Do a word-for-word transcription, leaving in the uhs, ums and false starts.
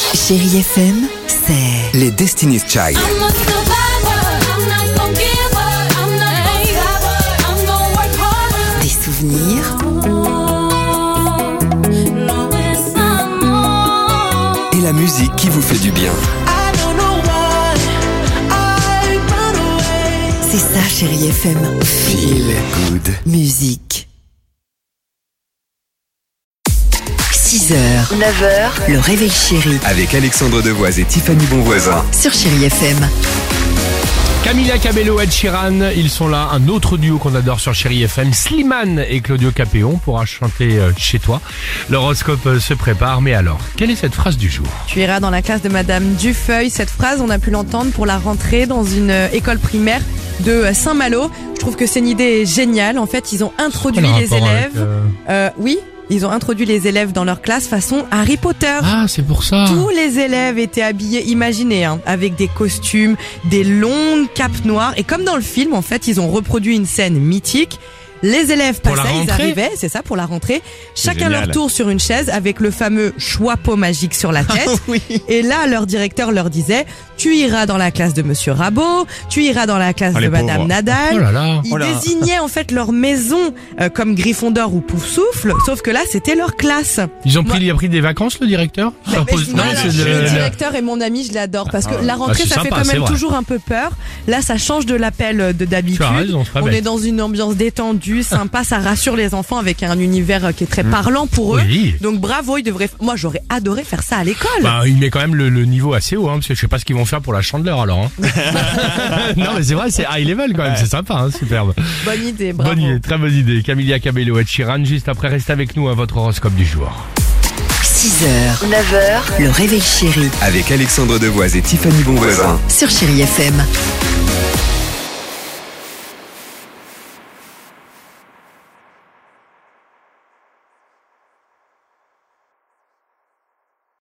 Chérie F M, c'est les Destiny's Child. des souvenirs Et la musique qui vous fait du bien. c'est ça Chérie F M. Feel good. Musique. six heures, neuf heures, le réveil chéri Avec Alexandre Devoise et Tiffany Bonvoisin. sur Chérie F M. Camila Cabello, Ed Sheeran, ils sont là, un autre duo qu'on adore sur Chérie F M. Slimane et Claudio Capéon pourra chanter euh, chez toi. L'horoscope euh, se prépare, mais alors, quelle est cette phrase du jour? Tu iras dans la classe de Madame Dufeuille. Cette phrase, on a pu l'entendre pour la rentrée dans une euh, école primaire de euh, Saint-Malo. Je trouve que c'est une idée géniale. En fait, ils ont introduit Quel les rapport avec, élèves. euh, Euh, oui, ils ont introduit les élèves dans leur classe façon Harry Potter. Ah, c'est pour ça. Tous les élèves étaient habillés, imaginez, hein, avec des costumes, des longues capes noires. Et comme dans le film, en fait, ils ont reproduit une scène mythique. Les élèves Pour la passaient, ils rentrée arrivaient, c'est ça, pour la rentrée. Chacun génial. leur tour sur une chaise avec le fameux choix-peau magique sur la tête. Oui. Et là, leur directeur leur disait, tu iras dans la classe de Monsieur Rabot, tu iras dans la classe Oh, de les Madame pauvres. Nadal. Oh là là. Ils désignaient en fait leur maison euh, comme Gryffondor ou Poufsouffle, sauf que là, c'était leur classe. Ils ont pris, Moi- il a pris des vacances, le directeur? Mais Ça je- pose- moi, non, là, c'est le de- directeur est mon ami, je l'adore parce que la rentrée, c'est ça fait sympa, quand c'est même vrai. toujours un peu peur. Là, ça change de l'appel de d'habitude. Tu as raison, c'est pas On bête. est dans une ambiance détendue, sympa, ça rassure les enfants avec un univers qui est très parlant pour eux. Oui. Donc bravo, ils devraient. Moi, j'aurais adoré faire ça à l'école. Bah, il met quand même le, le niveau assez haut, hein, parce que je sais pas ce qu'ils vont faire pour la chandeleur alors. Hein. non, mais c'est vrai, c'est high level quand même, c'est sympa, hein, superbe. Bonne idée, bravo. Bonne idée, très bonne idée. Camila Cabello, Ed Sheeran, juste après, restez avec nous à votre horoscope du jour. six heures, neuf heures, le réveil chéri Avec Alexandre Devoise et Tiffany Bonvoisin. sur Chérie F M.